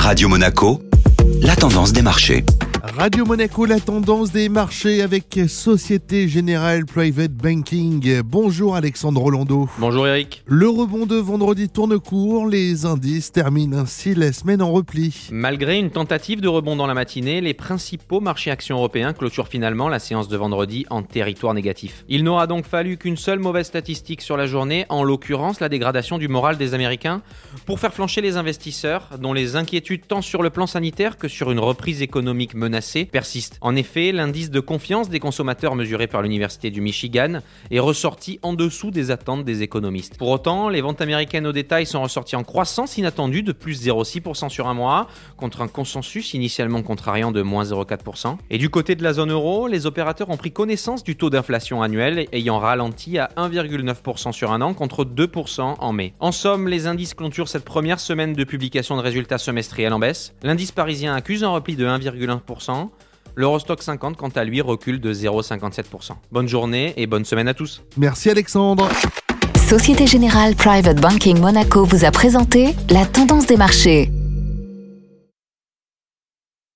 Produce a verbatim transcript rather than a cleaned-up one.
Radio Monaco, la tendance des marchés. Radio Monaco, la tendance des marchés avec Société Générale Private Banking. Bonjour Alexandre Rolando. Bonjour Eric. Le rebond de vendredi tourne court, les indices terminent ainsi la semaine en repli. Malgré une tentative de rebond dans la matinée, les principaux marchés actions européens clôturent finalement la séance de vendredi en territoire négatif. Il n'aura donc fallu qu'une seule mauvaise statistique sur la journée, en l'occurrence la dégradation du moral des Américains, pour faire flancher les investisseurs, dont les inquiétudes tant sur le plan sanitaire que sur une reprise économique menacée persiste. En effet, l'indice de confiance des consommateurs mesuré par l'Université du Michigan est ressorti en dessous des attentes des économistes. Pour autant, les ventes américaines au détail sont ressorties en croissance inattendue de plus zéro virgule six pour cent sur un mois, contre un consensus initialement contrariant de moins zéro virgule quatre pour cent. Et du côté de la zone euro, les opérateurs ont pris connaissance du taux d'inflation annuel ayant ralenti à un virgule neuf pour cent sur un an contre deux pour cent en mai. En somme, les indices clôturent cette première semaine de publication de résultats semestriels en baisse. L'indice parisien accuse un repli de un virgule un pour cent. L'Eurostock cinquante, quant à lui, recule de zéro virgule cinquante-sept pour cent. Bonne journée et bonne semaine à tous. Merci Alexandre. Société Générale Private Banking Monaco vous a présenté la tendance des marchés.